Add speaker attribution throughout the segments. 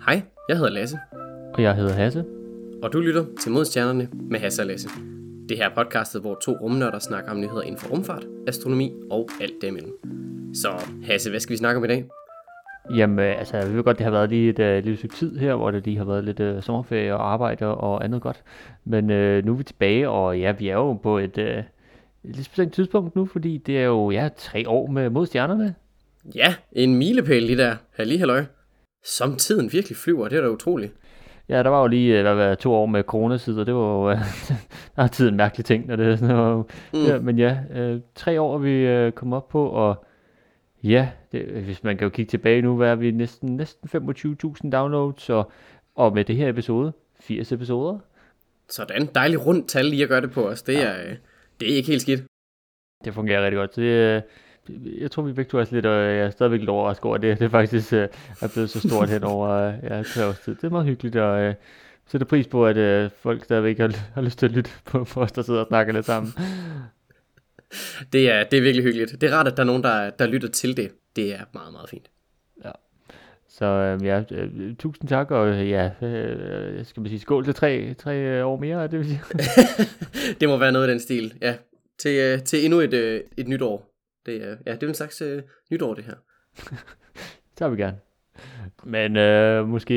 Speaker 1: Hej, jeg hedder Lasse.
Speaker 2: Og jeg hedder Hasse.
Speaker 1: Og du lytter til Mod Stjernerne med Hasse og Lasse. Det her er podcastet, hvor to rumnørder snakker om nyheder inden for rumfart, astronomi og alt derimellem. Så Hasse, hvad skal vi snakke om i dag?
Speaker 2: Jamen, altså, jeg ved godt, det har været lige et lille stykke tid her, hvor det lige har været lidt sommerferie og arbejde og andet godt. Men nu er vi tilbage, og ja, vi er jo på et lidt specielt tidspunkt nu, fordi det er jo 3 år med Mod Stjernerne.
Speaker 1: Ja, en milepæl lige der. Halløj. Som tiden virkelig flyver, det er da utroligt.
Speaker 2: Ja, der var jo lige 2 år med coronatid, og det var jo der har tiden en mærkelig ting, når det er sådan noget. Ja, men ja, 3 år er vi kommet op på, og ja, hvis man kan jo kigge tilbage nu, hvad er vi næsten 25.000 downloads, og med det her episode, 80 episoder.
Speaker 1: Sådan, dejligt rundt tal lige at gøre det på os. Det er ikke helt skidt.
Speaker 2: Det fungerer rigtig godt. Jeg tror, vi begge to er lidt, og jeg er stadigvæk lidt overrasket over, at det faktisk er blevet så stort hen over 3 års tid. Det er meget hyggeligt, og sætter pris på, at folk stadigvæk har lyst til at lytte på os, der sidder og snakker lidt sammen.
Speaker 1: Det er virkelig hyggeligt. Det er rart, at der er nogen, der lytter til det. Det er meget, meget fint.
Speaker 2: Ja. Så tusind tak, og skal man sige skål til 3 år mere, det vil sige.
Speaker 1: Det må være noget af den stil, ja. Til endnu et nyt år. Det er en slags nytår, det her.
Speaker 2: Det tager vi gerne. Men måske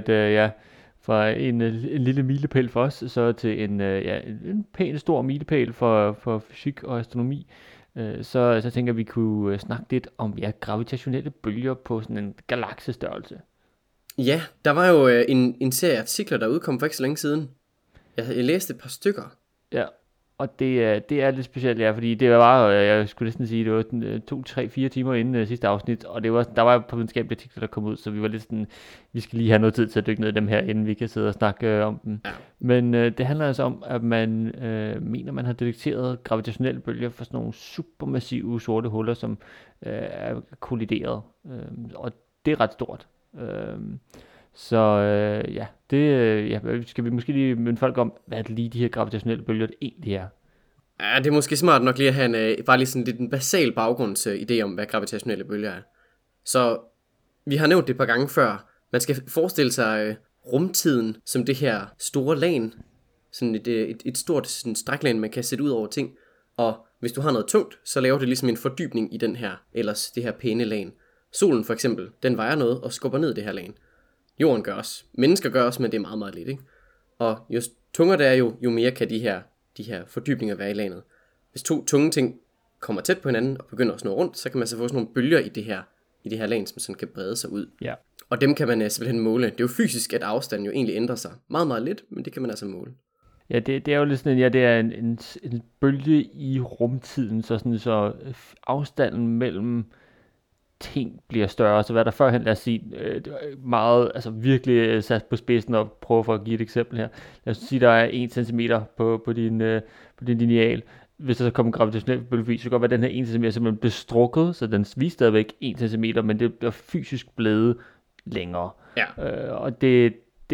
Speaker 2: fra en lille milepæl for os, så til en pæn stor milepæl for fysik og astronomi. Så tænker vi kunne snakke lidt om gravitationelle bølger på sådan en galaksestørrelse.
Speaker 1: Ja, der var jo en serie artikler, der udkom for ikke så længe siden. Jeg læste et par stykker.
Speaker 2: Ja, og det er lidt specielt, fordi det var, jeg skulle næsten sige, det var 2, 3, 4 timer inden sidste afsnit, og der var på videnskabelige artikler, der kom ud, så vi var lidt sådan, vi skal lige have noget tid til at dykke ned i dem her, inden vi kan sidde og snakke om dem. Ja. Men det handler altså om, at man mener, man har detekteret gravitationelle bølger for sådan nogle supermassive sorte huller, som er kollideret, og det er ret stort. Så skal vi måske lige minde folk om, hvad det lige de her gravitationelle bølger det egentlig er.
Speaker 1: Ja, det er måske smart nok lige at have bare lige sådan lidt en basal baggrundsidé om, hvad gravitationelle bølger er. Så vi har nævnt det et par gange før. Man skal forestille sig rumtiden som det her store lagen. Sådan et stort sådan stræklag, man kan sætte ud over ting. Og hvis du har noget tungt, så laver det ligesom en fordybning i den her, ellers det her pæne lag. Solen for eksempel, den vejer noget og skubber ned det her lag. Jorden gør også. Mennesker gør også, men det er meget, meget lidt, ikke? Og jo tungere det er, jo mere kan de her fordybninger være i laget. Hvis 2 tunge ting kommer tæt på hinanden og begynder at snurre rundt, så kan man så få sådan nogle bølger i det her lag, som sådan kan brede sig ud. Ja. Og dem kan man simpelthen måle. Det er jo fysisk, at afstanden jo egentlig ændrer sig. Meget, meget lidt, men det kan man altså måle. Ja,
Speaker 2: det er jo lidt sådan, det er en bølge i rumtiden, så afstanden mellem ting bliver større, så hvad der førhen, lad os sige, meget, altså virkelig sat på spidsen og prøve for at give et eksempel her. Lad os sige, der er 1 cm på din lineal. Hvis der så kommer en gravitationel bølge, så kan det godt være, at den her 1 cm simpelthen bliver strukket, så den viser stadigvæk 1 cm, men det bliver fysisk blevet længere. Ja. Og det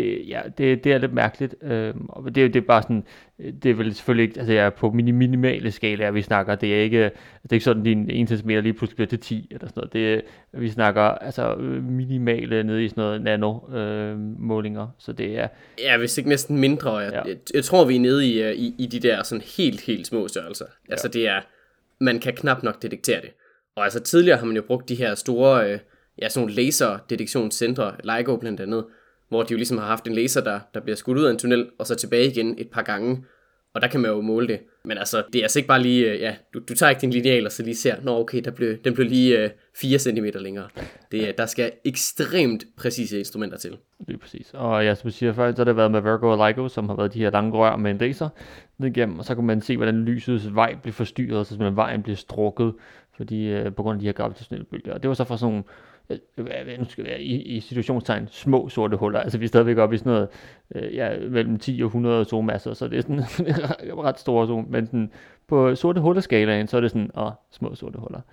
Speaker 2: er lidt mærkeligt. Og det er bare sådan, det er vel selvfølgelig ikke, altså jeg er på minimale skala, vi snakker, det er ikke sådan, din 1 cm lige pludselig bliver til 10, eller sådan noget. Vi snakker altså minimale nede i sådan noget nano-målinger, så det er...
Speaker 1: Ja, hvis ikke næsten mindre. Jeg tror, vi er nede i de der sådan helt små størrelser. Ja. Altså det er, man kan knap nok detektere det. Og altså tidligere har man jo brugt de her store, sådan nogle laserdetektionscentre, LIGO blandt andet, hvor de jo ligesom har haft en laser, der bliver skudt ud af en tunnel, og så tilbage igen et par gange, og der kan man jo måle det. Men altså, det er altså ikke bare lige, du tager ikke din lineal, og så lige ser, okay, den blev lige 4 cm længere. Der skal ekstremt præcise instrumenter til.
Speaker 2: Det er præcis. Og som jeg siger før, så har det været med Virgo og LIGO, som har været de her lange rør med en laser ned igennem, og så kan man se, hvordan lysets vej bliver forstyrret, så simpelthen vejen bliver strukket, fordi, på grund af de her gravitationelle bølger. Og det var så fra sådan nogle, nu skal være i situationstegn, små sorte huller. Altså vi er stadigvæk oppe i sådan noget, mellem 10 og 100 solmasser, så det er sådan ret store sol, men sådan, på sorte hullerskalaen, så er det sådan, små sorte huller.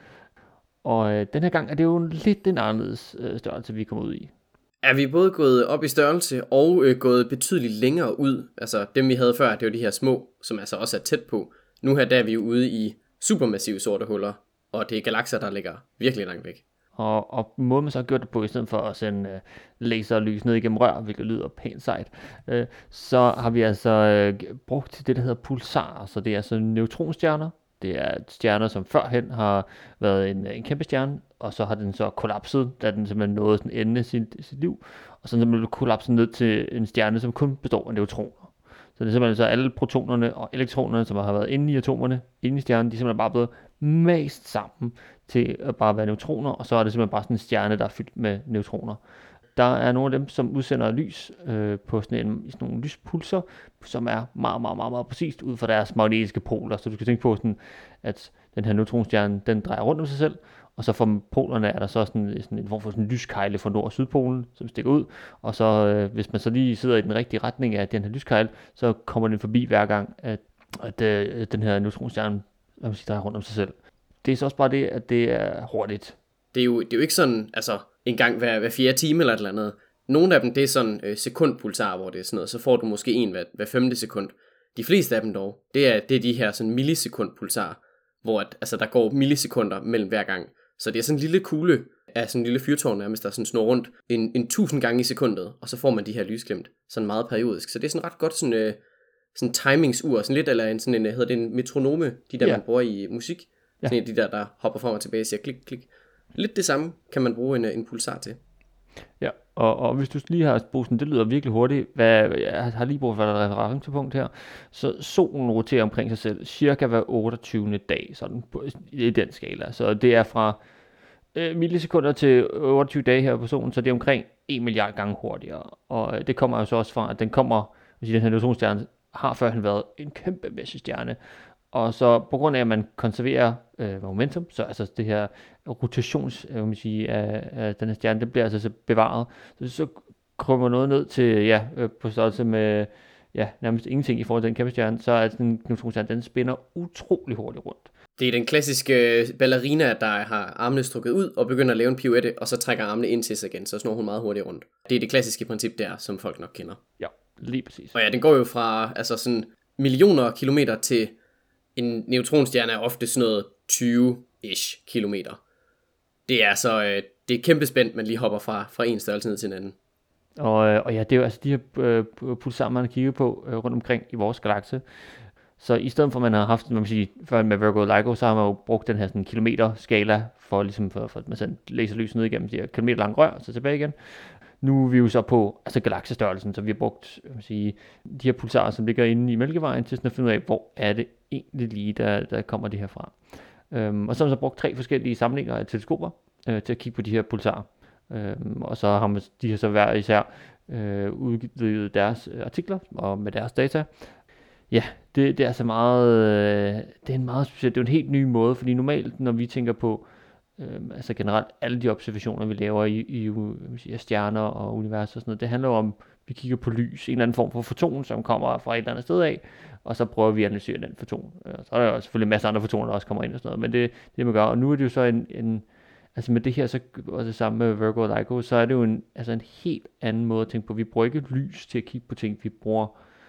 Speaker 2: Og den her gang er det jo lidt en anderledes størrelse, vi kommer ud i.
Speaker 1: Er vi både gået op i størrelse og gået betydeligt længere ud? Altså dem vi havde før, det var de her små, som altså også er tæt på. Nu her der er vi jo ude i supermassive sorte huller, og det er galakser, der ligger virkelig langt væk.
Speaker 2: Og måden man så har gjort det på, i stedet for at sende laserlys ned igennem rør, hvilket lyder pænt sejt, så har vi altså brugt det, der hedder pulsarer. Så det er altså neutronstjerner. Det er stjerner, som førhen har været en kæmpe stjerne, og så har den så kollapset, da den simpelthen nåede sådan ende af sit liv, og så er den simpelthen kollapset ned til en stjerne, som kun består af neutroner. Så det er simpelthen så alle protonerne og elektronerne, som har været inde i atomerne, inde i stjernen, de er simpelthen bare blevet mast sammen til at bare være neutroner, og så er det simpelthen bare sådan en stjerne, der er fyldt med neutroner. Der er nogle af dem, som udsender lys på sådan nogle lyspulser, som er meget, meget, meget, meget præcist ud fra deres magnetiske poler. Så du skal tænke på, sådan, at den her neutronstjerne, den drejer rundt om sig selv, og så for polerne er der så sådan en form for sådan en lyskejle fra nord- og sydpolen, som stikker ud, og så hvis man så lige sidder i den rigtige retning af den her lyskejle, så kommer den forbi hver gang, at den her neutronstjerne drejer rundt om sig selv. Det er så også bare det, at det er hurtigt.
Speaker 1: Det er jo ikke sådan, altså en gang hver 4 time eller et eller andet. Nogle af dem, det er sådan sekundpulsar, hvor det er sådan noget, så får du måske en hver 5. sekund. De fleste af dem dog, det er de her sådan millisekundpulsar, hvor altså, der går millisekunder mellem hver gang. Så det er sådan en lille kugle af sådan en lille fyrtårn nærmest, der sådan snor rundt en 1000 gange i sekundet, og så får man de her lysglimt, sådan meget periodisk. Så det er sådan ret godt sådan timingsur, sådan lidt, eller hedder det en metronome, de der man bruger i musik. Ja. Sådan en af de der hopper frem og tilbage og siger klik, klik. Lidt det samme kan man bruge en pulsar til.
Speaker 2: Ja, og hvis du lige har brugt sådan, det lyder virkelig hurtigt, jeg har lige brugt for et referencepunkt her, så solen roterer omkring sig selv cirka hver 28. dag, sådan i den skala. Så det er fra millisekunder til 28 dage her på solen, så det er omkring 1 milliard gange hurtigere. Og det kommer jo så også fra, at den her neutronstjerne har førhen været en kæmpe masse stjerne. Og så på grund af, at man konserverer momentum, så altså det her rotations af den her stjerne, det bliver altså bevaret. Så kommer noget ned til, på størrelse med nærmest ingenting i forhold til den kæmpe stjerne, så er den neutronstjerne, den spinner utrolig hurtigt rundt.
Speaker 1: Det er den klassiske ballerina, der har armene strukket ud og begynder at lave en pirouette, og så trækker armene ind til sig igen, så snor hun meget hurtigt rundt. Det er det klassiske princip der, som folk nok kender.
Speaker 2: Ja, lige præcis.
Speaker 1: Og ja, den går jo fra altså sådan millioner kilometer til en neutronstjerne er ofte sådan noget 20-ish kilometer. Det er så det er kæmpe spændt, man lige hopper fra en størrelse ned til en anden.
Speaker 2: Og ja, det er jo altså de her pulsarer, man har kigget på rundt omkring i vores galakse. Så i stedet for, at man har haft, før med Virgo og LIGO, så har man jo brugt den her sådan kilometerskala for at man sender laserlys ned igennem de her kilometer lange rør, så tilbage igen. Nu er vi jo så på galaksestørrelsen, så vi har brugt de her pulsarer, som ligger inde i Mælkevejen, til sådan at finde ud af, hvor er det egentlig lige, der kommer det her fra. Og så har man så brugt 3 forskellige samlinger af teleskoper til at kigge på de her pulsarer. Og så har de så hver især udgivet deres artikler og med deres data. Ja, det er altså meget, det er en meget speciel, det er en helt ny måde, fordi normalt, når vi tænker på altså generelt alle de observationer, vi laver i stjerner og univers og sådan noget, det handler jo om, vi kigger på lys, en eller anden form for foton, som kommer fra et eller andet sted af, og så prøver vi at analysere den foton. Så er der jo selvfølgelig en masse andre fotoner, der også kommer ind og sådan noget, men det man gør, og nu er det jo så altså med det her, så også sammen med Virgo og LIGO, så er det jo en helt anden måde at tænke på. Vi bruger ikke lys til at kigge på ting, vi bruger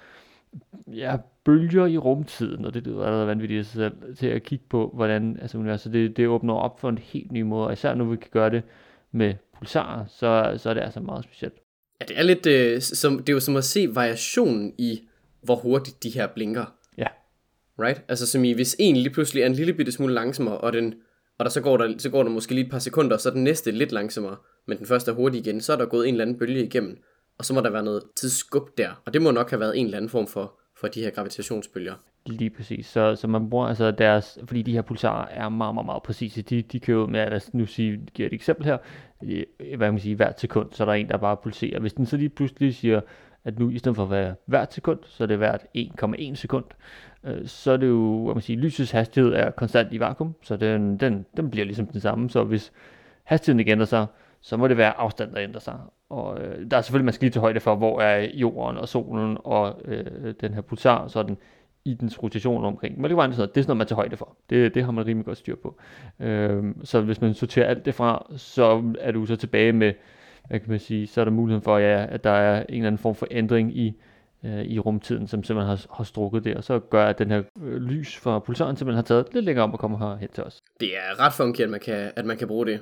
Speaker 2: bølger i rumtiden, og det lyder allerede vanvittigt selv, til at kigge på, hvordan universet, det åbner op for en helt ny måde, og især nu vi kan gøre det med pulsarer, så er det altså meget specielt.
Speaker 1: Ja, det er lidt, det er jo som at se variationen i, hvor hurtigt de her blinker.
Speaker 2: Ja.
Speaker 1: Right? Altså som i, hvis en lige pludselig er en lille bitte smule langsommere, og så går der måske lige et par sekunder, så er den næste lidt langsommere, men den første er hurtig igen, så er der gået en eller anden bølge igennem, og så må der være noget tidsskub der, og det må nok have været en eller anden form for de her gravitationsbølger.
Speaker 2: Lige præcis, så man bruger altså fordi de her pulsarer er meget, meget, meget præcise, de kører ud med, at nu giver et eksempel her, hvad kan man sige, hvert sekund, så er der en, der bare pulserer. Hvis den så lige pludselig siger, at nu i stedet for at være hvert sekund, så er det hvert 1,1 sekund, så er det jo, hvad man siger, lysets hastighed er konstant i vakuum, så den bliver ligesom den samme, så hvis hastigheden ikke ændrer sig, så må det være afstand, der ændrer sig. Og der er selvfølgelig, man skal lige til højde for, hvor er jorden og solen og den her pulsar, så den i dens rotation omkring Mælkevejen, så det er sådan noget, man tager højde for. Det har man rimelig godt styr på. Så hvis man sorterer alt det fra, så er du så tilbage med, hvad kan man sige, så er der muligheden for, at der er en eller anden form for ændring i rumtiden, som simpelthen har strukket det, og så gør, at den her lys fra pulsaren simpelthen har taget lidt længere om at komme her hen til os.
Speaker 1: Det er ret funky, at man kan bruge det.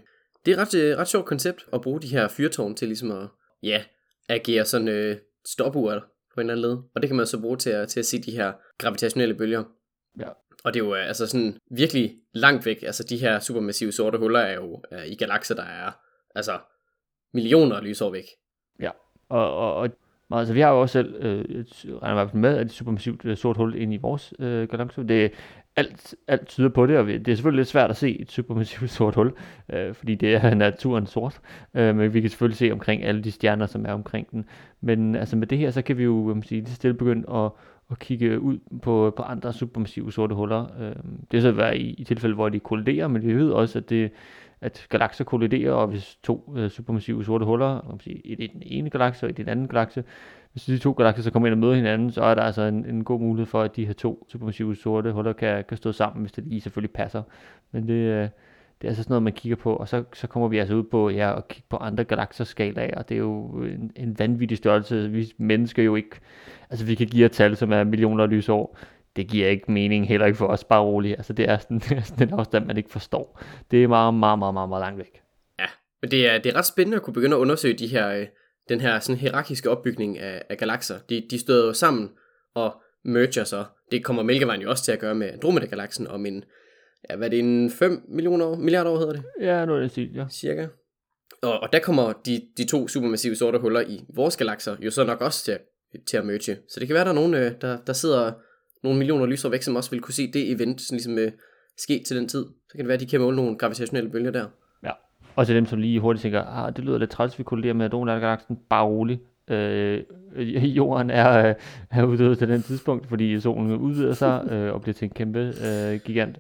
Speaker 1: Det er et ret sjovt koncept at bruge de her fyrtårn til ligesom at, agere sådan stopur på en eller anden led. Og det kan man så bruge til at se de her gravitationelle bølger.
Speaker 2: Ja.
Speaker 1: Og det er jo altså sådan virkelig langt væk. Altså de her supermassive sorte huller er jo i galakser, der er altså millioner af lysår væk.
Speaker 2: Ja, og altså, vi har jo også selv regnet med, at et supermassivt sort hul ind i vores galakse. Det alt tyder på det, og det er selvfølgelig lidt svært at se et supermassivt sort hul, fordi det er naturen sort. Men vi kan selvfølgelig se omkring alle de stjerner, som er omkring den. Men altså med det her, så kan vi jo lige stille begynde at kigge ud på andre supermassive sorte huller. Det er så være i tilfælde, hvor de kolliderer, men vi ved også, at galakser kolliderer, og hvis to supermassive sorte huller, i den ene galakse og i den anden galakse, hvis de to galakser så kommer ind og møder hinanden, så er der altså en god mulighed for, at de her to supermassive sorte huller kan stå sammen, hvis det lige selvfølgelig passer. Men det er altså sådan noget, man kigger på, og så kommer vi altså ud på at kigge på andre galaksers skalaer, og det er jo en vanvittig størrelse. Vi mennesker jo ikke, altså vi kan give et tal, som er millioner af lysår. Det giver ikke mening, heller ikke for os, bare roligt. Altså det er sådan en afstand, man ikke forstår. Det er meget, meget, meget, meget, meget langt væk.
Speaker 1: Ja, men det er ret spændende at kunne begynde at undersøge den her sådan hierarkiske opbygning af galakser. De støder jo sammen og merger så. Det kommer Mælkevejen jo også til at gøre med Andromeda-galaksen om en 5 milliarder år hedder det?
Speaker 2: Ja, noget af det, ja.
Speaker 1: Cirka. Og der kommer de to supermassive sorte huller i vores galakser jo så nok også til at merge. Så det kan være, der er nogen, der sidder nogle millioner lysår væk, som også vil kunne se det event sådan ligesom ske til den tid. Så kan det være, at de kan måle nogle gravitationelle bølger der.
Speaker 2: Ja, og til dem, som lige hurtigt tænker, det lyder lidt træls, vi kolliderer med Andromeda-galaksen, bare roligt. Jorden er uddød til den tidspunkt, fordi solen udvider sig og bliver til en kæmpe gigant.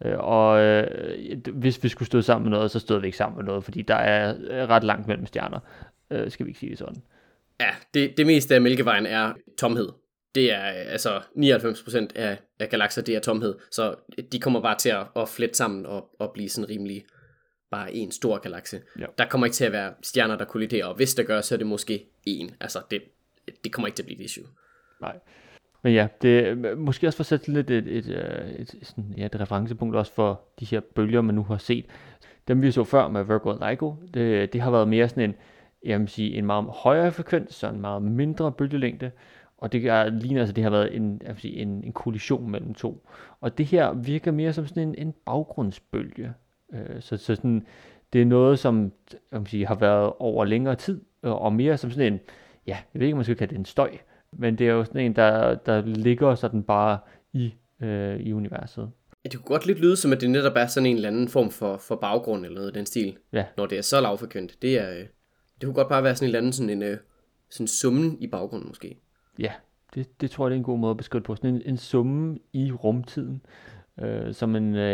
Speaker 2: Hvis vi skulle stå sammen med noget, så stod vi ikke sammen med noget, fordi der er ret langt mellem stjerner. Skal vi ikke sige det sådan?
Speaker 1: Ja, det meste af Mælkevejen er tomhed. Det er altså 99% af galakser, det er tomhed. Så de kommer bare til at flette sammen og blive sådan rimelig bare en stor galakse. Ja. Der kommer ikke til at være stjerner, der kolliderer, og hvis der gør, så er det måske en. Altså det kommer ikke til at blive et issue.
Speaker 2: Nej. Men ja, det måske også for at sætte lidt et referencepunkt også for de her bølger, man nu har set. Dem vi så før med Virgo og LIGO, det har været mere sådan en meget højere frekvens, så en meget mindre bølgelængde. Og det ligner altså, det har været en kollision mellem to. Og det her virker mere som sådan en baggrundsbølge. Så sådan, det er noget, som har været over længere tid, og mere som sådan en, jeg ved ikke, om man skal kalde det en støj, men det er jo sådan en, der ligger sådan bare i universet.
Speaker 1: Ja, det kunne godt lidt lyde som, at det netop er sådan en eller anden form for baggrund eller noget af den stil, når det er så lavfrekvent. Det kunne godt bare være sådan en eller anden sådan summen i baggrunden måske.
Speaker 2: Ja, det tror jeg, det er en god måde at beskrive det på. Sådan en summe i rumtiden, som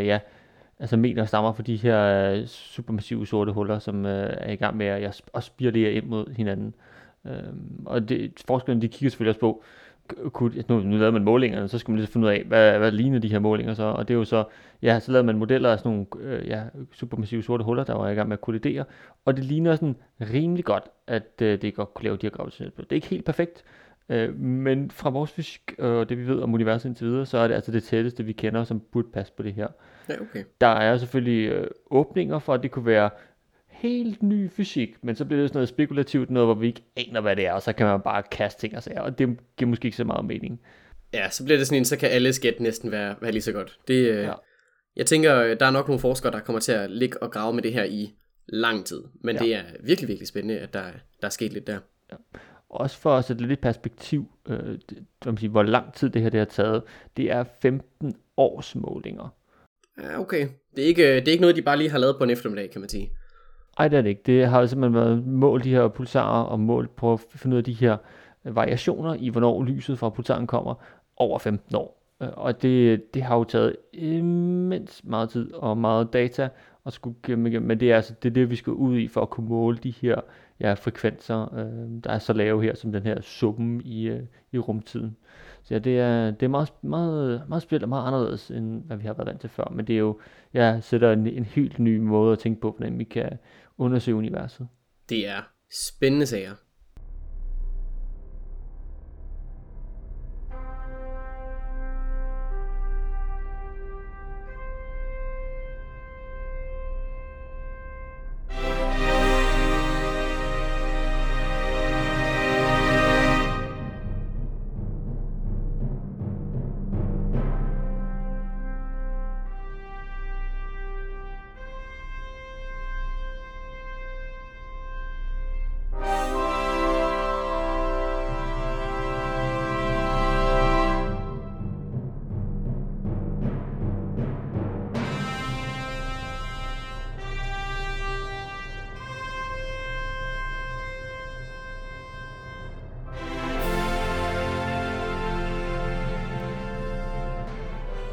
Speaker 2: mener stammer fra de her supermassive sorte huller, som er i gang med at spiralere ind mod hinanden. Og forskerne, de kigger selvfølgelig også på, nu lavede man målingerne, så skal man lige finde ud af, hvad ligner de her målinger så, og det er jo så, så lavede man modeller af sådan nogle supermassive sorte huller, der var i gang med at kollidere, og det ligner sådan rimelig godt, at det godt kunne lave de her gravitationelle bølger. Det er ikke helt perfekt, men fra vores fysik og det vi ved om universet indtil videre, så er det altså det tætteste vi kender, som burde passe på det her.
Speaker 1: Ja, okay.
Speaker 2: Der er selvfølgelig åbninger for, at det kunne være helt ny fysik, men så bliver det sådan noget spekulativt, noget hvor vi ikke aner hvad det er, og så kan man bare kaste ting og sager, og det giver måske ikke så meget mening.
Speaker 1: Ja, så bliver det sådan en, så kan alle gæt næsten være lige så godt. Jeg tænker, der er nok nogle forskere, der kommer til at ligge og grave med det her i lang tid, men det er virkelig, virkelig spændende, at der er sket lidt der.
Speaker 2: Ja. Også for at sætte lidt i perspektiv, hvor lang tid det her det har taget, det er 15 års målinger.
Speaker 1: Ja, okay. Det er ikke noget, de bare lige har lavet på en eftermiddag, kan man sige.
Speaker 2: Nej, det er det ikke. Det har simpelthen været målt de her pulsarer og målt på at finde ud af de her variationer i, hvornår lyset fra pulsaren kommer over 15 år. Og det har jo taget immens meget tid og meget data, men det er altså det, vi skal ud i for at kunne måle de her frekvenser, der er så lave her, som den her summe i rumtiden. Så det er meget, meget, meget spændende og meget anderledes, end hvad vi har været vant til før. Men det er jo, sætter en helt ny måde at tænke på, hvordan vi kan undersøge universet.
Speaker 1: Det er spændende sager.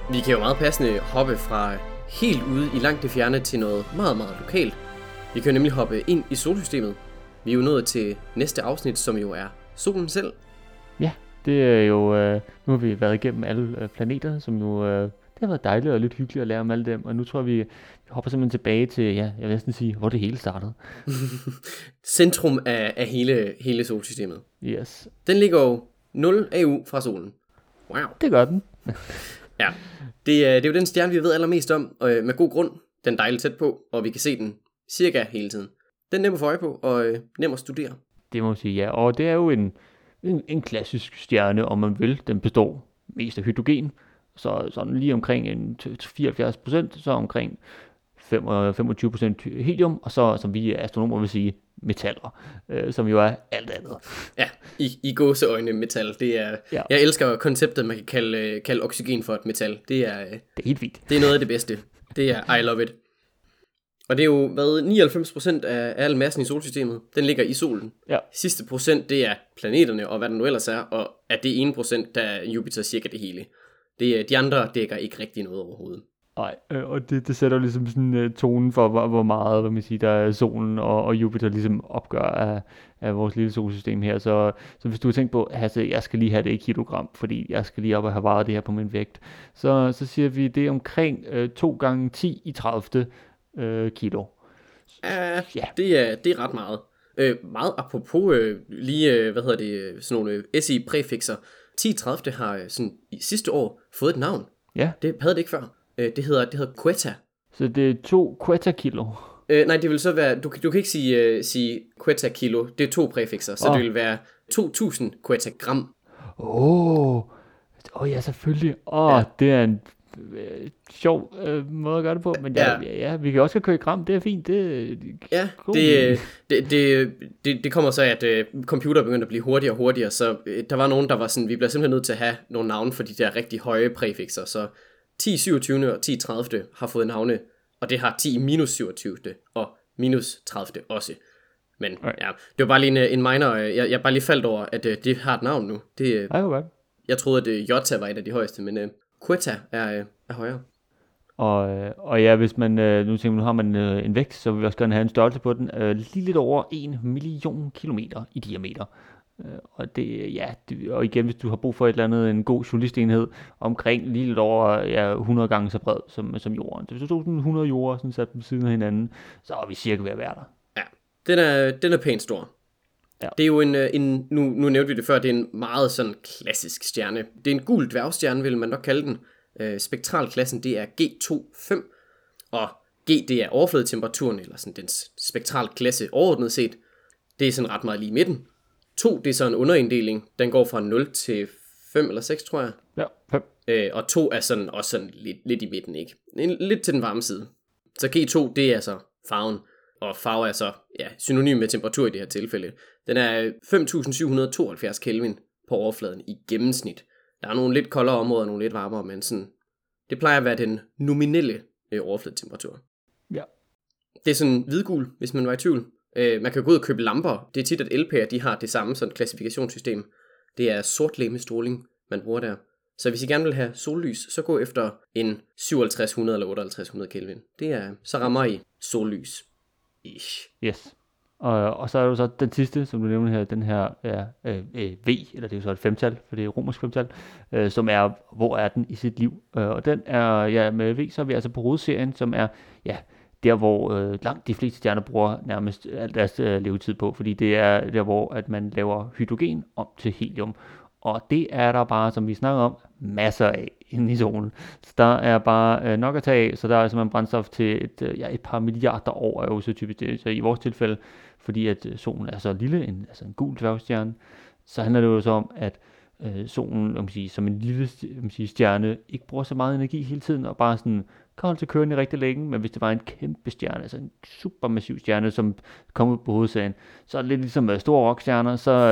Speaker 1: Vi kan jo meget passende hoppe fra helt ude i langt det fjerne til noget meget, meget lokalt. Vi kan jo nemlig hoppe ind i solsystemet. Vi er jo nået til næste afsnit, som jo er solen selv.
Speaker 2: Ja, det er jo... nu har vi været igennem alle planeter, som jo... det har været dejligt og lidt hyggeligt at lære om alle dem, og nu tror jeg, vi hopper simpelthen tilbage til, ja, jeg vil næsten sige, hvor det hele startede.
Speaker 1: Centrum af hele solsystemet.
Speaker 2: Yes.
Speaker 1: Den ligger jo 0 AU fra solen. Wow.
Speaker 2: Det gør den.
Speaker 1: Ja, det er jo den stjerne, vi ved allermest om, og med god grund. Den er dejligt tæt på, og vi kan se den cirka hele tiden. Den er nem at få øje på, og nem at studere.
Speaker 2: Det må man sige, ja. Og det er jo en klassisk stjerne, om man vil. Den består mest af hydrogen, så sådan lige omkring en 74%, så omkring 25% helium, og så, som vi astronomer vil sige, metaller, som jo er alt andet.
Speaker 1: Ja, i gåseøjne metal. Det er, ja. Jeg elsker konceptet, man kan kalde oxygen for et metal. Det er
Speaker 2: helt fint.
Speaker 1: Det er noget af det bedste. Det er I love it. Og det er jo 99% af al massen i solsystemet, den ligger i solen.
Speaker 2: Ja.
Speaker 1: Sidste procent, det er planeterne og hvad der nu ellers er, og af det 1%, der er Jupiter cirka det hele. De andre dækker ikke rigtig noget overhovedet.
Speaker 2: Nej, og det sætter jo ligesom sådan tonen for, hvor meget, hvad man siger, der er solen og Jupiter ligesom opgør af vores lille solsystem her. Så hvis du har tænkt på, at jeg skal lige have det i kilogram, fordi jeg skal lige op og have vejet det her på min vægt, så siger vi, det er omkring 2 gange 10 i 30 kilo.
Speaker 1: Ja, det er ret meget. Meget apropos sådan nogle SI-præfikser. 10-30 har sådan i sidste år fået et navn.
Speaker 2: Ja.
Speaker 1: Det havde det ikke før. Det hedder quetta.
Speaker 2: Så det er 2 quetta-kilo?
Speaker 1: Nej, det vil så være, du kan ikke sige quetta-kilo, det er 2 præfikser, så det vil være 2000 quetta-gram.
Speaker 2: Ja, selvfølgelig. Ja. Det er en sjov måde at gøre det på, men ja, vi kan også køre i gram, det er fint.
Speaker 1: Det kommer så af, at computer begyndte at blive hurtigere og hurtigere, så der var nogen, der var sådan, vi bliver simpelthen nødt til at have nogle navne for de der rigtig høje præfikser, så 10-27 og 10-30 har fået navne, og det har 10-27 og minus 30 også. Men ja, det var bare lige en minor, jeg bare lige faldt over, at det har et navn nu. Jeg troede, at Jota var et af de højeste, men quetta er højere.
Speaker 2: Og ja, hvis man nu har man en vægt, så vil vi også gerne have en størrelse på den, lige lidt over 1 million kilometer i diameter. Og igen, hvis du har brug for et eller andet, en god journalistenhed, omkring lige lidt over 100 gange så bred som jorden. Så hvis du tog sådan 100 jorder, sådan sat på siden af hinanden, så er vi cirka ved at være der.
Speaker 1: Ja, den er pænt stor. Ja. Det er jo nu nævnte vi det før, det er en meget sådan klassisk stjerne. Det er en gul dværgstjerne, vil man nok kalde den. Spektralklassen, det er G25, og G, det er overfladetemperaturen, eller sådan dens spektralklasse overordnet set. Det er sådan ret meget lige i midten. 2, det er så en underinddeling. Den går fra 0 til 5 eller 6, tror jeg.
Speaker 2: Ja, 5.
Speaker 1: Og 2 er sådan også sådan lidt i midten, ikke? Lidt til den varme side. Så G2, det er så farven. Og farve er så synonym med temperatur i det her tilfælde. Den er 5.772 Kelvin på overfladen i gennemsnit. Der er nogle lidt koldere områder og nogle lidt varmere, men sådan, det plejer at være den nominelle overfladetemperatur.
Speaker 2: Ja.
Speaker 1: Det er sådan hvidgul, hvis man var i tvivl. Man kan gå ud og købe lamper. Det er tit, at LP'er de har det samme sådan klassifikationssystem. Det er sortlegemestråling, man bruger der. Så hvis I gerne vil have sollys, så gå efter en 5700 eller 5800 Kelvin. Det er, så rammer I sollys. Ish.
Speaker 2: Yes. Og så er jo så den sidste, som du nævner her, den her V, eller det er jo så et femtal, for det er romersk femtal, som er, hvor er den i sit liv. Og den er, med V, så er vi altså på hovedserien, som er, der hvor langt de fleste stjerner bruger nærmest al deres levetid på, fordi det er der, hvor at man laver hydrogen om til helium. Og det er der bare, som vi snakker om, masser af inde i solen. Så der er bare nok at tage af, så der er simpelthen brændstof til et par milliarder år, er jo så typisk det. Så i vores tilfælde, fordi at solen er så lille, en gul dværgstjerne, så handler det jo så om, at solen, som en lille stjerne, ikke bruger så meget energi hele tiden, og bare sådan kan holde til kørende rigtig længe, men hvis det var en kæmpe stjerne, altså en supermassiv stjerne, som kom ud på hovedsagen, så er det lidt ligesom store rockstjerner, så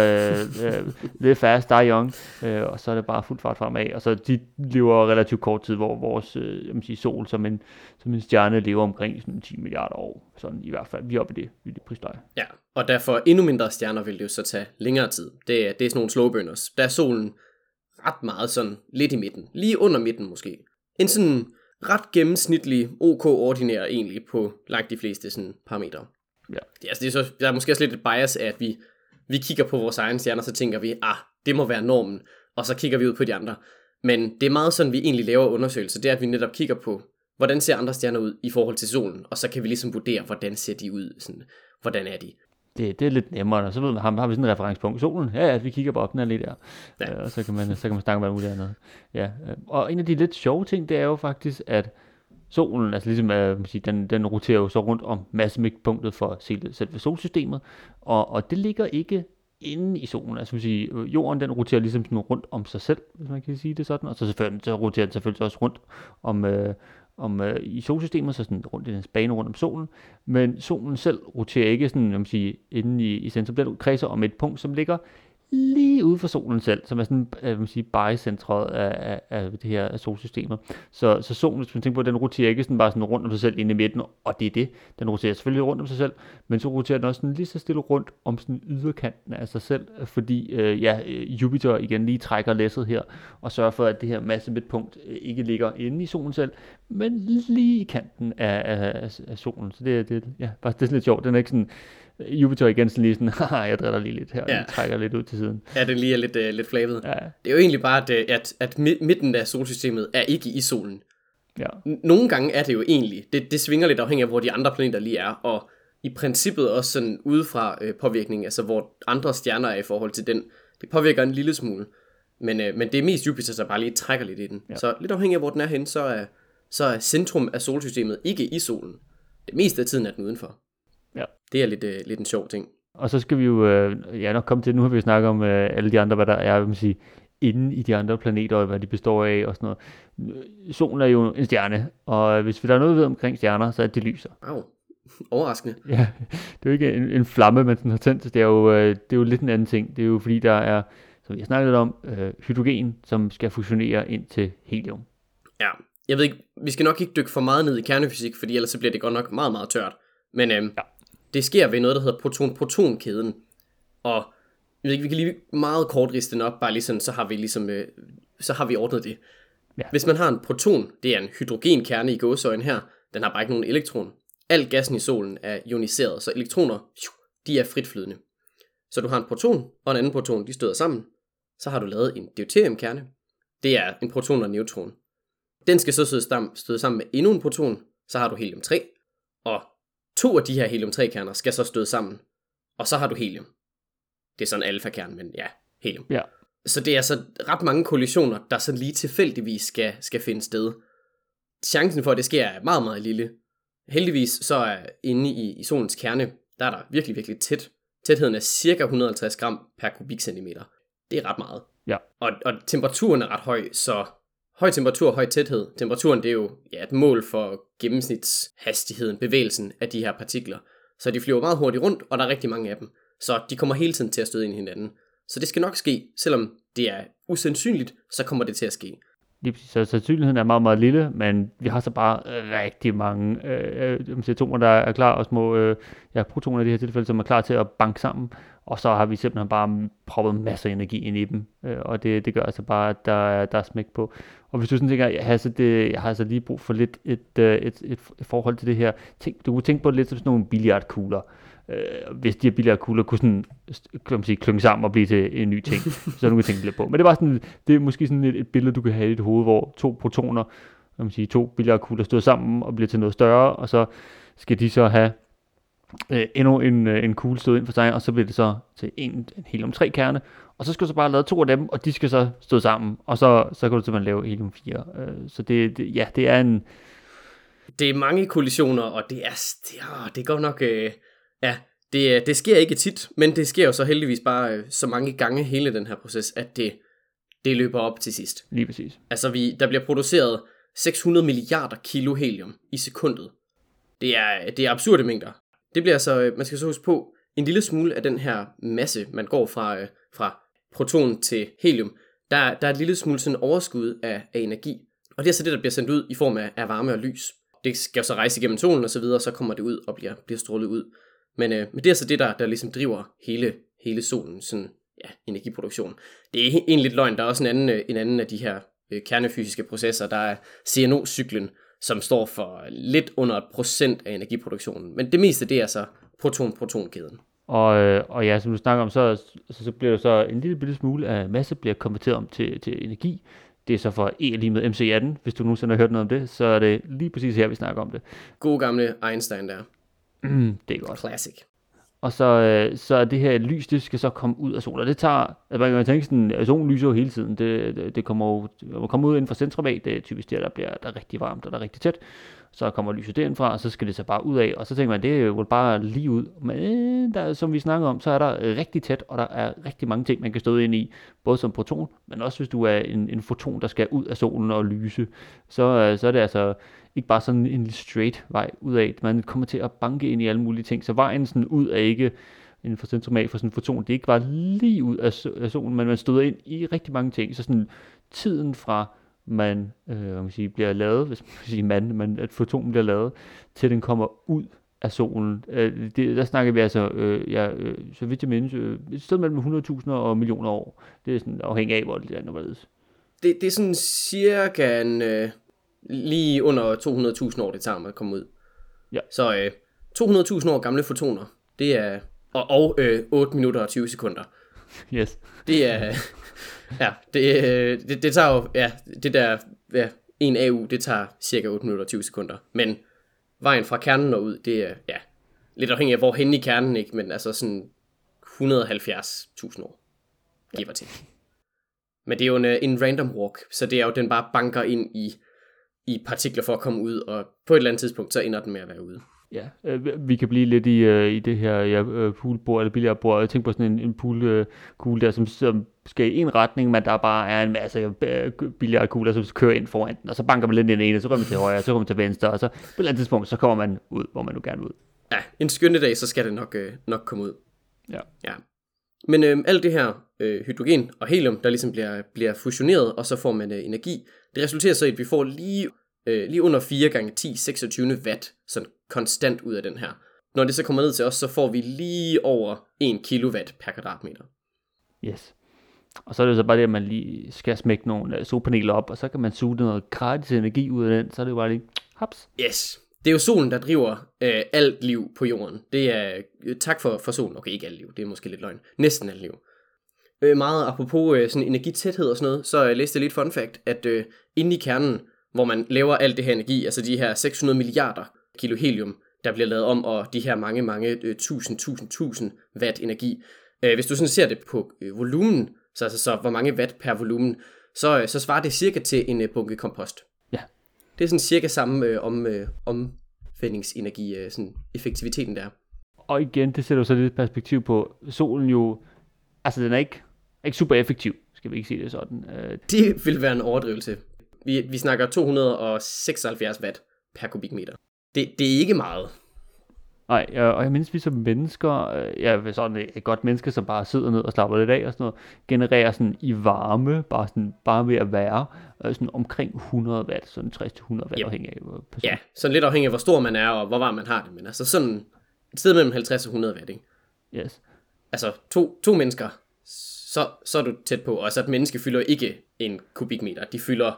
Speaker 2: lidt fast, die young, og så er det bare fuld fart fremad, og så de lever relativt kort tid, hvor vores sol som en stjerne lever omkring sådan 10 milliarder år, sådan i hvert fald, vi er oppe i det prisleje.
Speaker 1: Ja, og derfor endnu mindre stjerner vil det jo så tage længere tid. Det er sådan nogle slow burners. Der er solen ret meget sådan lidt i midten, lige under midten måske. en sådan ret gennemsnitlig, OK-ordinær egentlig på langt de fleste sådan parametre.
Speaker 2: Ja.
Speaker 1: Det er så, der er måske også lidt et bias af, at vi kigger på vores egne stjerner, så tænker vi, det må være normen, og så kigger vi ud på de andre. Men det er meget sådan, vi egentlig laver undersøgelser, det er, at vi netop kigger på, hvordan ser andre stjerner ud i forhold til solen, og så kan vi ligesom vurdere, hvordan ser de ud, sådan, hvordan er de.
Speaker 2: Det er lidt nemmere, og så ved man, har vi sådan en referencepunkt. Solen, ja, vi kigger på den er lidt der. Ja. Og så kan man snakke om alt muligt andet. Ja. Og en af de lidt sjove ting, det er jo faktisk, at solen, altså ligesom den roterer jo så rundt om massemidtpunktet for selve solsystemet, og det ligger ikke inde i solen. Altså jorden, den roterer ligesom sådan rundt om sig selv, hvis man kan sige det sådan, og så roterer den selvfølgelig også rundt om i solsystemet, så sådan rundt i dens bane rundt om solen, men solen selv roterer ikke sådan, inde i centrum. Den kredser om et punkt, som ligger lige ude for solen selv, som er sådan, bagecentret af det her af solsystemet. Så solen, hvis man tænker på, den roterer ikke sådan bare sådan rundt om sig selv inde i midten, og det er det. Den roterer selvfølgelig rundt om sig selv, men så roterer den også sådan lige så stille rundt om sådan yderkanten af sig selv, fordi Jupiter igen lige trækker læsset her, og sørger for, at det her massemidtpunkt ikke ligger inde i solen selv, men lige i kanten af solen. Så det er sådan lidt sjovt. Den er ikke sådan, Jupiter igen sådan lige sådan, jeg driller lige lidt her, og trækker lidt ud til siden.
Speaker 1: Ja, den lige er lidt flabet. Ja. Det er jo egentlig bare, at midten af solsystemet er ikke i solen. Ja. Nogle gange er det jo egentlig, det svinger lidt afhængig af, hvor de andre planeter lige er, og i princippet også sådan udefra påvirkning, altså hvor andre stjerner er i forhold til den, det påvirker en lille smule. Men det er mest Jupiter, der bare lige trækker lidt i den. Ja. Så lidt afhængig af, hvor den er henne, så er centrum af solsystemet ikke i solen. Det meste af tiden er den udenfor. Ja. Det er lidt en sjov ting.
Speaker 2: Og så skal vi jo nok komme til, nu har vi snakket om alle de andre, hvad der er, inde i de andre planeter, og hvad de består af og sådan noget. Solen er jo en stjerne, og hvis der er noget, vi ved omkring stjerner, så er det lyser.
Speaker 1: Overraskende.
Speaker 2: Ja, det er jo ikke en flamme, man sådan har tændt. Det er jo lidt en anden ting. Det er jo fordi, der er, som vi har snakket om, hydrogen, som skal fusionere ind til helium.
Speaker 1: Ja, jeg ved ikke, vi skal nok ikke dykke for meget ned i kernefysik, fordi ellers så bliver det godt nok meget, meget tørt. Men det sker ved noget, der hedder proton-proton-kæden. Og jeg ved ikke, vi kan lige meget kort riste den op, bare lige sådan, så har vi ordnet det. Ja. Hvis man har en proton, det er en hydrogenkerne i gåseøjne her, den har bare ikke nogen elektron. Al gassen i solen er ioniseret, så elektroner, de er fritflydende. Så du har en proton og en anden proton, de støder sammen. Så har du lavet en deuteriumkerne. Det er en proton og en neutron. Den skal så støde sammen med endnu en proton, så har du helium-3. Og 2 af de her helium-3-kerner skal så støde sammen, og så har du helium. Det er sådan en alfa-kerne, men ja, helium. Ja. Så det er så ret mange kollisioner, der så lige tilfældigvis skal finde sted. Chancen for, at det sker, er meget, meget lille. Heldigvis så er inde i solens kerne, der er der virkelig, virkelig tæt. Tætheden er cirka 150 gram per kubikcentimeter. Det er ret meget. Ja. Og temperaturen er ret høj, så høj temperatur og høj tæthed. Temperaturen, det er jo et mål for gennemsnitshastigheden, bevægelsen af de her partikler. Så de flyver meget hurtigt rundt, og der er rigtig mange af dem. Så de kommer hele tiden til at støde ind i hinanden. Så det skal nok ske, selvom det er usandsynligt, så kommer det til at ske.
Speaker 2: Lige præcis. Så sandsynligheden er meget, meget lille, men vi har så bare rigtig mange atomer, der er klar, og små protoner i det her tilfælde, som er klar til at banke sammen, og så har vi simpelthen bare proppet masser af energi ind i dem, og det gør altså bare, at der er smæk på. Og hvis du sådan tænker, jeg har altså lige brug for lidt et forhold til det her, du kunne tænke på det lidt som sådan nogle billiardkugler. Hvis de her billiardkugler kunne sådan, klynge sammen og blive til en ny ting, så du kan tænke lidt på. Men det er bare sådan, det er måske sådan et billede, du kan have i dit hoved, hvor 2 protoner, 2 billiardkugler støder sammen og bliver til noget større, og så skal de så have endnu en kugle stød ind for sig, og så bliver det så til en helium-3-kerne, og så skal du så bare lave 2 af dem, og de skal så støde sammen, og så kan du simpelthen lave helium-4. Så det er en...
Speaker 1: Det er mange kollisioner, og det er godt nok... det sker ikke tit, men det sker jo så heldigvis bare så mange gange hele den her proces, at det løber op til sidst.
Speaker 2: Lige præcis.
Speaker 1: Altså der bliver produceret 600 milliarder kilo helium i sekundet. Det er absurde mængder. Det bliver så, man skal så huske på, en lille smule af den her masse, man går fra proton til helium, der er et lille smule sådan overskud af energi. Og det er så det, der bliver sendt ud i form af varme og lys. Det skal så rejse igennem solen og så videre, og så kommer det ud og bliver strålet ud. Men det er så det, der ligesom driver hele solens energiproduktion. Det er egentlig lidt løgn. Der er også en anden af de her kernefysiske processer. Der er CNO-cyklen, som står for lidt under 1% af energiproduktionen. Men det meste, det er så proton-proton-kæden.
Speaker 2: Og ja, som du snakker om, så bliver der så en lille smule af masse bliver konverteret om til energi. Det er så for E er lige med MC18. Hvis du nogensinde har hørt noget om det, så er det lige præcis her, vi snakker om det.
Speaker 1: God gamle Einstein der.
Speaker 2: Det er godt.
Speaker 1: Classic.
Speaker 2: Og så er det her lys, det skal så komme ud af solen. Og det tager, man kan tænke sådan, at solen lyser jo hele tiden. Det kommer ud inden for centrum af. Det er typisk der er rigtig varmt, og der er rigtig tæt. Så kommer lyset derindfra, og så skal det så bare ud af. Og så tænker man, det er jo bare lige ud. Men der, som vi snakker om, så er der rigtig tæt, og der er rigtig mange ting, man kan støde ind i. Både som proton, men også hvis du er en foton, der skal ud af solen og lyse. Så er det altså ikke bare sådan en straight vej ud af. Man kommer til at banke ind i alle mulige ting. Så vejen sådan ud er ikke inden for centrum af for sådan en foton. Det er ikke bare lige ud af solen, men man støder ind i rigtig mange ting. Så sådan tiden fra man bliver lavet, hvis man siger men at fotonen bliver lavet, til den kommer ud af solen. Der snakker vi altså, så vidt jeg mindes, et sted mellem 100.000 og millioner år. Det er sådan afhængig af, hvor det er anderledes.
Speaker 1: Det er sådan cirka lige under 200.000 år, det tager at komme ud.
Speaker 2: Ja.
Speaker 1: Så 200.000 år gamle fotoner, det er, og 8 minutter og 20 sekunder.
Speaker 2: Yes.
Speaker 1: Det er, ja, det tager jo, ja, det der, ja, en AU, det tager cirka 8 minutter og 20 sekunder. Men vejen fra kernen og ud, det er, ja, lidt afhængig af, hvor hen i kernen, ikke? Men altså sådan 170.000 år, giver til. Men det er jo en random walk, så det er jo, den bare banker ind i partikler for at komme ud, og på et eller andet tidspunkt, så ender den med at være ude.
Speaker 2: Ja, vi kan blive lidt i det her poolbord eller billiardbord. Jeg tænker på sådan en poolkugle der, som skal i en retning, men der bare er en masse billiardkugler, som kører ind foran den, og så banker man lidt ind i den ene, så kommer man til højre, så kommer man til venstre, og så på et eller andet tidspunkt, så kommer man ud, hvor man nu gerne vil ud.
Speaker 1: Ja, en skønne dag, så skal det nok komme ud.
Speaker 2: Ja.
Speaker 1: Men alt det her hydrogen og helium, der ligesom bliver fusioneret, og så får man energi, det resulterer så i, at vi får lige under 4 gange 10, 26 watt, sådan konstant ud af den her. Når det så kommer ned til os, så får vi lige over 1 kilowatt per kvadratmeter.
Speaker 2: Yes. Og så er det så bare det, at man lige skal smække nogle solpaneler op, og så kan man suge noget gratis energi ud af den, så er det jo bare lige haps.
Speaker 1: Yes. Det er jo solen, der driver alt liv på jorden. Det er, tak for solen. Okay, ikke alt liv, det er måske lidt løgn. Næsten alt liv. Meget apropos sådan energitæthed og sådan noget, så læste jeg lidt fun fact, at inde i kernen, hvor man laver alt det her energi, altså de her 600 milliarder kilo helium, der bliver lavet om, og de her mange tusind watt energi. Hvis du sådan ser det på volumen, så hvor mange watt per volumen, så svarer det cirka til en bunke kompost.
Speaker 2: Ja.
Speaker 1: Det er sådan cirka samme omfældningsenergi, sådan effektiviteten der.
Speaker 2: Og igen, det sætter jo så lidt perspektiv på solen jo, altså den er ikke super effektiv, skal vi ikke sige det sådan.
Speaker 1: Det vil være en overdrivelse. Vi snakker 276 watt per kubikmeter. Det er ikke meget.
Speaker 2: Nej, og jeg mindes, vi som mennesker, sådan et godt menneske, som bare sidder ned og slapper lidt af og sådan noget, genererer sådan i varme, bare ved at være, sådan omkring 100 watt, sådan 60-100 watt, yep. Afhængig af person.
Speaker 1: Ja, sådan lidt afhængig af, hvor stor man er, og hvor varm man har det, men altså sådan et sted mellem 50 og 100 watt, ikke?
Speaker 2: Yes.
Speaker 1: Altså to mennesker, så er du tæt på, og så et menneske fylder ikke en kubikmeter, de fylder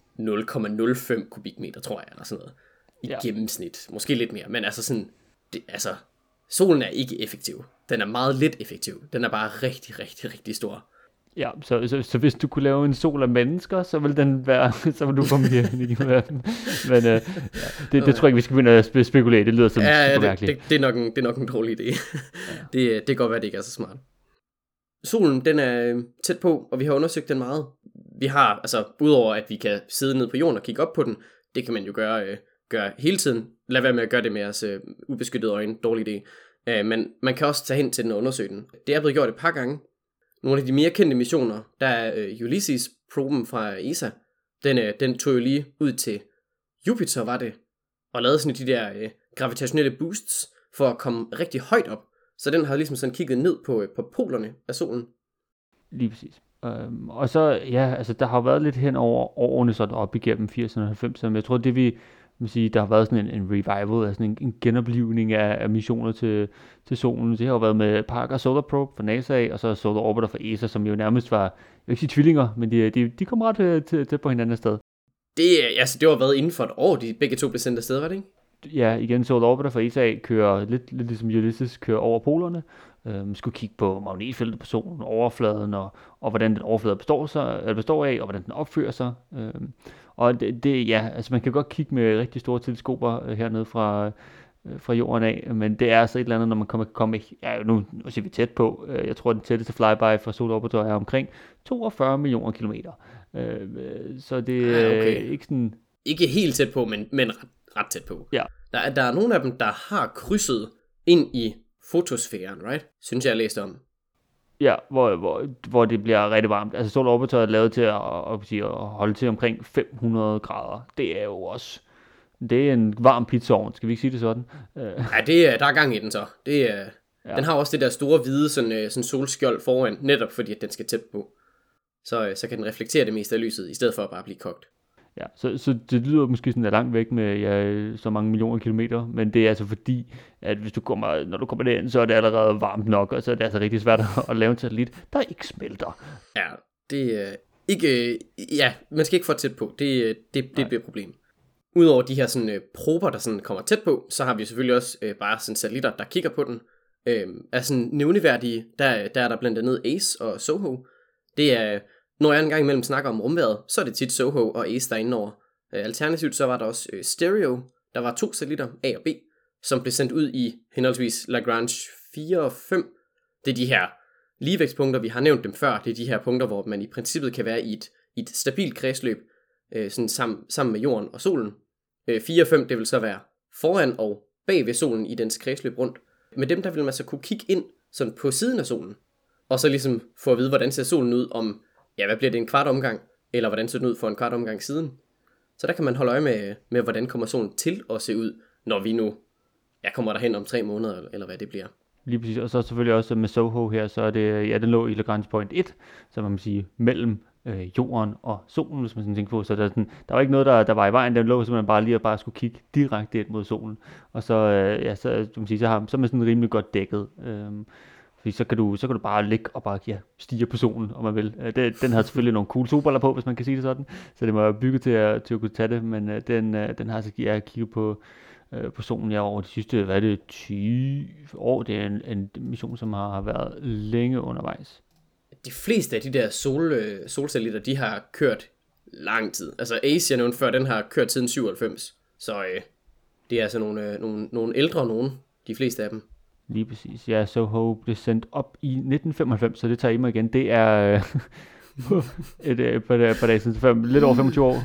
Speaker 1: 0,05 kubikmeter, tror jeg, eller sådan noget. Gennemsnit. Måske lidt mere, men altså sådan, solen er ikke effektiv. Den er meget lidt effektiv. Den er bare rigtig, rigtig, rigtig stor.
Speaker 2: Ja, så hvis du kunne lave en sol af mennesker, så vil den være, så vil du få mere energi ud af den. Men det tror jeg ikke, vi skal begynde at spekulere. Det lyder som super mærkeligt.
Speaker 1: Det er nok en dårlig idé. Ja. Det kan godt være, det ikke er så smart. Solen, den er tæt på, og vi har undersøgt den meget. Vi har, altså, udover at vi kan sidde ned på jorden og kigge op på den, det kan man jo gøre hele tiden. Lad være med at gøre det med jeres ubeskyttede øjne. Dårlig idé. Men man kan også tage hen til den og undersøge den. Det er blevet gjort et par gange. Nogle af de mere kendte missioner, der er Ulysses-proben fra ESA. Den tog jo lige ud til Jupiter, var det, og lavede sådan de der gravitationelle boosts for at komme rigtig højt op. Så den har ligesom sådan kigget ned på polerne af solen.
Speaker 2: Lige præcis. Og så, ja, altså der har været lidt hen over årene sådan op igennem 80'erne og 90'erne, men jeg tror, det vi man sige, der har været sådan en revival, altså en genoplivning af missioner til solen. Det har jo været med Parker Solar Probe fra NASA, og så Solar Orbiter fra ESA, som jo nærmest var, jeg vil ikke sige tvillinger, men de kom ret til på hinanden sted.
Speaker 1: Det har været inden for et år, de begge to blev sendt afsted, var det ikke?
Speaker 2: Ja, igen, Solar Orbiter fra ESA kører lidt ligesom Ulysses kører over polerne. Skulle kigge på magnetfeltet på solen, overfladen, og hvordan den overflade består af, og hvordan den opfører sig. Og altså man kan godt kigge med rigtig store teleskoper hernede fra jorden af, men det er altså et eller andet, når man kommer nu ser vi tæt på. Jeg tror, den tætteste flyby for Solar Orbiter er omkring 42 millioner kilometer. Så det er ikke sådan...
Speaker 1: Ikke helt tæt på, men ret tæt på.
Speaker 2: Ja.
Speaker 1: Der er nogle af dem, der har krydset ind i fotosfæren, right? Synes jeg læste om.
Speaker 2: Ja, hvor det bliver rigtig varmt. Altså Solar Orbiter er lavet til at holde til omkring 500 grader. Det er jo også... Det er en varm pizzaovn, skal vi ikke sige det sådan?
Speaker 1: Ja, der er gang i den så. Den har også det der store hvide sådan solskjold foran, netop fordi at den skal tæt på. Så kan den reflektere det meste af lyset, i stedet for at bare blive kogt.
Speaker 2: Ja, så det lyder måske sådan langt væk med så mange millioner kilometer, men det er altså fordi, at når du kommer derind, så er det allerede varmt nok, og så er det altså rigtig svært at lave en satellit, der ikke smelter.
Speaker 1: Ja, det er ikke... Ja, man skal ikke få tæt på. Det bliver et problem. Udover de her sådan prober, der sådan kommer tæt på, så har vi selvfølgelig også bare sådan satellitter, der kigger på den. Er sådan nævneværdige, der er der blandt andet ACE og SOHO. Det er... Når jeg engang imellem snakker om rumværet, så er det tit SOHO og ACE, der er inde over. Alternativt så var der også Stereo. Der var 2 satellitter, A og B, som blev sendt ud i henholdsvis Lagrange 4 og 5. Det er de her ligevægtspunkter, vi har nævnt dem før. Det er de her punkter, hvor man i princippet kan være i et stabilt kredsløb sådan sammen med jorden og solen. 4 og 5, det vil så være foran og bag ved solen i dens kredsløb rundt. Med dem, der vil man så kunne kigge ind sådan på siden af solen, og så ligesom få at vide, hvordan ser solen ud om... Ja, hvad bliver det, en kvart omgang? Eller hvordan ser den ud for en kvart omgang siden? Så der kan man holde øje med hvordan kommer solen til at se ud, når vi nu kommer derhen om 3 måneder, eller hvad det bliver.
Speaker 2: Lige præcis, og så selvfølgelig også med SOHO her, så er det, den lå i Lagrange point 1, så man sige mellem jorden og solen, hvis man sådan tænker på. Så der var ikke noget, der var i vejen, den lå simpelthen bare lige at bare skulle kigge direkte ind mod solen. Og så, så er man sådan rimelig godt dækket. Fordi så kan du bare ligge og bare stige på solen, om man vil. Den har selvfølgelig nogle cool solbriller på, hvis man kan sige det sådan. Så det må være bygget til at kunne tage det, men den har altså kigget på solen over de sidste, 20 år. Det er en mission, som har været længe undervejs.
Speaker 1: De fleste af de der solsatellitter, de har kørt lang tid. Altså ACE, jeg nævnte før, den har kørt siden 97. Så det er altså nogle ældre nogen, de fleste af dem.
Speaker 2: Lige præcis. Ja, SOHO blev sendt op i 1995, så det tager I mig igen. Det er et par dage siden, lidt over 25 år.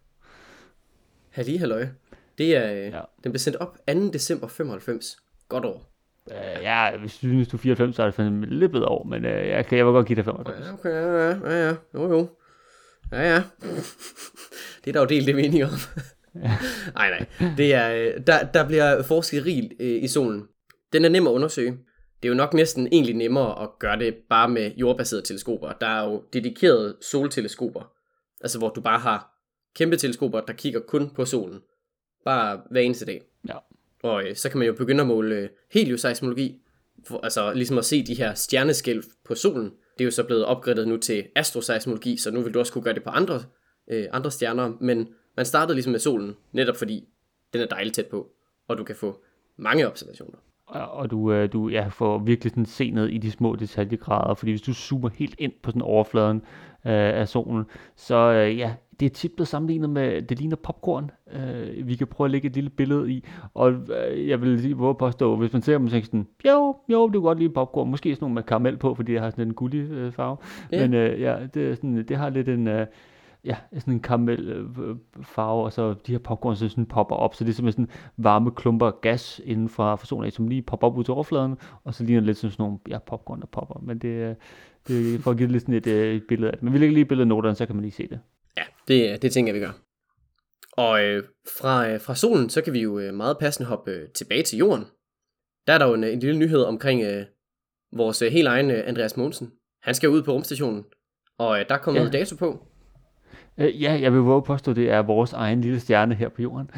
Speaker 1: Halløj. Det er, den blev sendt op 2. december 95. Godt år.
Speaker 2: Hvis du synes, du er 94, så er det fandme lidt bedre år, men jeg vil godt give det 95.
Speaker 1: Okay, ja. Jo. Ja. Det er der jo delt det mening om. Nej. Det er, der bliver forsket rigeligt i solen. Den er nem at undersøge. Det er jo nok næsten egentlig nemmere at gøre det bare med jordbaserede teleskoper. Der er jo dedikerede solteleskoper. Altså hvor du bare har kæmpe teleskoper, der kigger kun på solen. Bare hver eneste dag.
Speaker 2: Ja.
Speaker 1: Og så kan man jo begynde at måle helioseismologi. Altså ligesom at se de her stjerneskælv på solen. Det er jo så blevet opgraderet nu til astroseismologi, så nu vil du også kunne gøre det på andre stjerner. Men man startede ligesom med solen, netop fordi den er dejligt tæt på. Og du kan få mange observationer.
Speaker 2: Og du får virkelig sådan se ned i de små detaljegrader, fordi hvis du zoomer helt ind på sådan overfladen af solen, så det er tit blevet sammenlignet med, det ligner popcorn. Vi kan prøve at lægge et lille billede i, og jeg vil lige våge påstå, hvis man ser dem, så tænker sådan, jo, du kan godt lide popcorn, måske sådan nogle med karamel på, fordi det har sådan en gullig farve, men det er sådan, det har lidt en... sådan en karamel farve, og så de her popcorn så sådan popper op, så det er simpelthen sådan varme klumper af gas inden for solen, som lige popper op ud til overfladen, og så ligner det lidt sådan nogle popcorn, der popper, men det for at give lidt sådan et billede af det. Men vi lægger lige et billede af noterne, så kan man lige se det.
Speaker 1: Ja, det tænker jeg, vi gør. Og fra solen, så kan vi jo meget passende hoppe tilbage til jorden. Der er der jo en lille nyhed omkring vores helt egen Andreas Mogensen. Han skal ud på rumstationen, og der er kommet noget dato på.
Speaker 2: Ja, jeg vil våge at påstå, at det er vores egen lille stjerne her på jorden.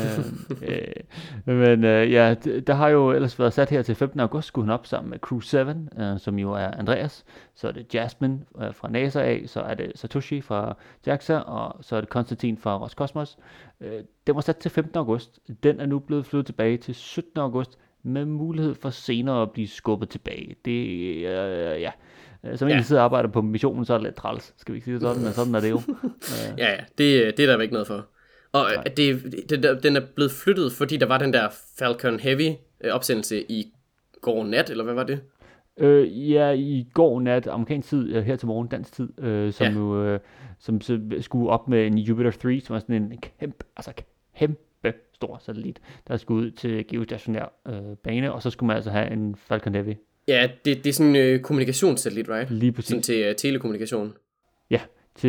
Speaker 2: Men ja, der har jo ellers været sat her til 15. august, skulle han op sammen med Crew 7, som jo er Andreas. Så er det Jasmine fra NASA af, så er det Satoshi fra JAXA, og så er det Konstantin fra Roscosmos. Den var sat til 15. august. Den er nu blevet flyttet tilbage til 17. august, med mulighed for senere at blive skubbet tilbage. Det ja. Som egentlig sidder og arbejder på missionen, så er det lidt træls, skal vi ikke sige det sådan, men sådan er det jo.
Speaker 1: Ja, det er der ikke noget for. Og den er blevet flyttet, fordi der var den der Falcon Heavy opsendelse i går nat, eller hvad var det?
Speaker 2: Ja, i går nat, amerikansk tid, her til morgen, dansk tid, som skulle op med en Jupiter 3, som er sådan en kæmpe stor satellit, der skulle ud til geostationær bane, og så skulle man altså have en Falcon Heavy.
Speaker 1: Ja, det er sådan en kommunikationssatellit, right?
Speaker 2: Lige præcis.
Speaker 1: Sådan til telekommunikation.
Speaker 2: Ja,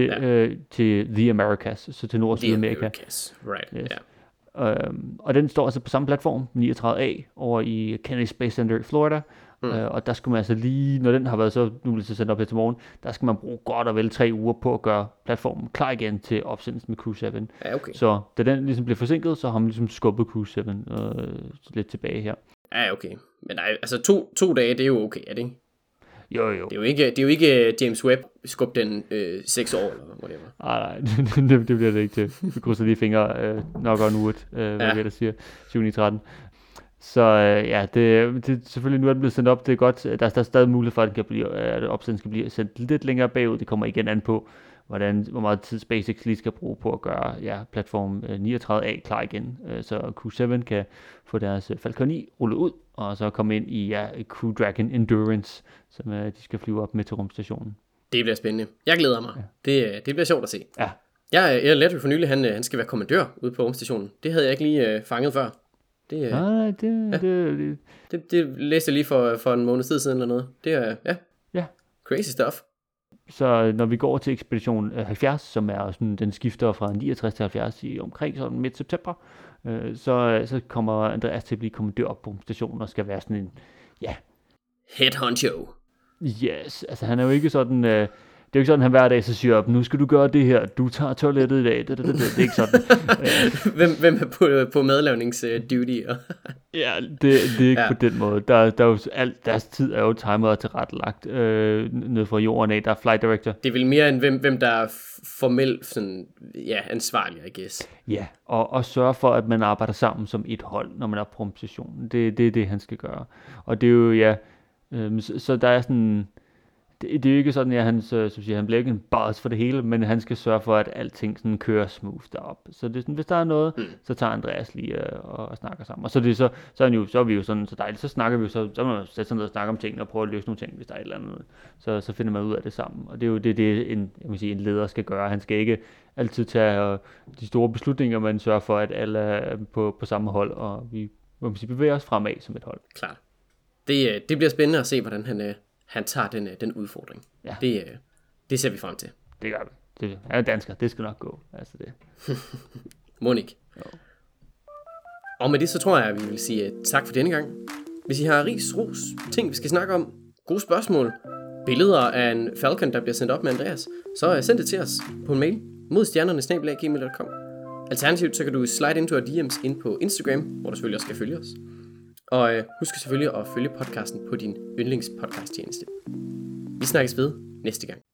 Speaker 2: til The Americas, så til Nord- og Sydamerika.
Speaker 1: The Americas, right,
Speaker 2: yes. Og den står altså på samme platform, 39A, over i Kennedy Space Center i Florida. Og der skulle man altså lige, når den har været så, nu bliver det sendt op her til morgen, der skal man bruge godt og vel 3 uger på at gøre platformen klar igen til opsendelsen med Crew 7.
Speaker 1: Ja, okay.
Speaker 2: Så da den ligesom blev forsinket, så har man ligesom skubbet Crew 7 lidt tilbage her.
Speaker 1: Ja, okay. Men nej, altså 2 dage, det er jo okay, er det ikke?
Speaker 2: Jo.
Speaker 1: Det er jo ikke James Webb skub den 6 år, eller whatever.
Speaker 2: Nej, det bliver det ikke til. Vi krydser lige fingre, nok on wood, hvad vi der siger, 7-13. Så ja, det selvfølgelig, nu er den blevet sendt op, det er godt. Der er stadig mulighed for, at opsendelsen skal blive sendt lidt længere bagud. Det kommer igen an på, hvor meget tid SpaceX lige skal bruge på at gøre platform 39A klar igen, så Crew7 kan få deres Falcon 9 rullet ud, og så komme ind i Crew Dragon Endurance, som de skal flyve op med til rumstationen.
Speaker 1: Det bliver spændende. Jeg glæder mig. Ja. Det bliver sjovt at se.
Speaker 2: Ja.
Speaker 1: Jeg lærte jo for nylig, han skal være kommandør ude på rumstationen. Det havde jeg ikke lige fanget før. Det læste jeg lige for en måned siden eller noget. Det er, crazy stuff.
Speaker 2: Så når vi går til ekspedition 70, som er sådan, den skifter fra 69 til 70 i omkring sådan midt september, så kommer Andreas til at blive kommandør op på stationen og skal være sådan en,
Speaker 1: head honcho.
Speaker 2: Yes, altså han er jo ikke sådan, det er jo ikke sådan, han hver dag så siger op, nu skal du gøre det her, du tager toilettet i dag, det er ikke sådan.
Speaker 1: Hvem er på madlavningsduty?
Speaker 2: Ja, det er ikke på den måde. Der er jo alt, deres tid er jo timet og tilrettelagt ned fra jorden af, der er flight director.
Speaker 1: Det er vel mere end hvem der er formelt sådan, ansvarlig, I guess.
Speaker 2: Ja, og sørge for, at man arbejder sammen som et hold, når man er på rumstationen. Det er det, han skal gøre. Og det er jo, så der er sådan, det er jo ikke sådan, at han bliver ikke en boss for det hele, men han skal sørge for, at alting sådan kører smooth derop. Så det er sådan, hvis der er noget, så tager Andreas lige og snakker sammen. Og så er vi jo sådan så dejligt, så snakker vi jo, så må man sætte sig ned og snakke om tingene og prøve at løse nogle ting, hvis der er et eller andet. Så finder man ud af det sammen. Og det er jo det en leder skal gøre. Han skal ikke altid tage de store beslutninger, men sørge for, at alle er på samme hold, og vi bevæger os fremad som et hold.
Speaker 1: Klart. Det bliver spændende at se, hvordan han tager den udfordring. Ja. Det ser vi frem til.
Speaker 2: Det gør vi. Han er dansker, det skal nok gå. Altså det.
Speaker 1: Monik. Og med det så tror jeg, at vi vil sige tak for denne gang. Hvis I har ris, ros, ting vi skal snakke om, gode spørgsmål, billeder af en Falcon, der bliver sendt op med Andreas, så send det til os på en mail modstjernerne@gmail.com. Alternativt så kan du slide into our DM's ind på Instagram, hvor du selvfølgelig også skal følge os. Og husk selvfølgelig at følge podcasten på din yndlingspodcast-tjeneste. Vi snakkes ved næste gang.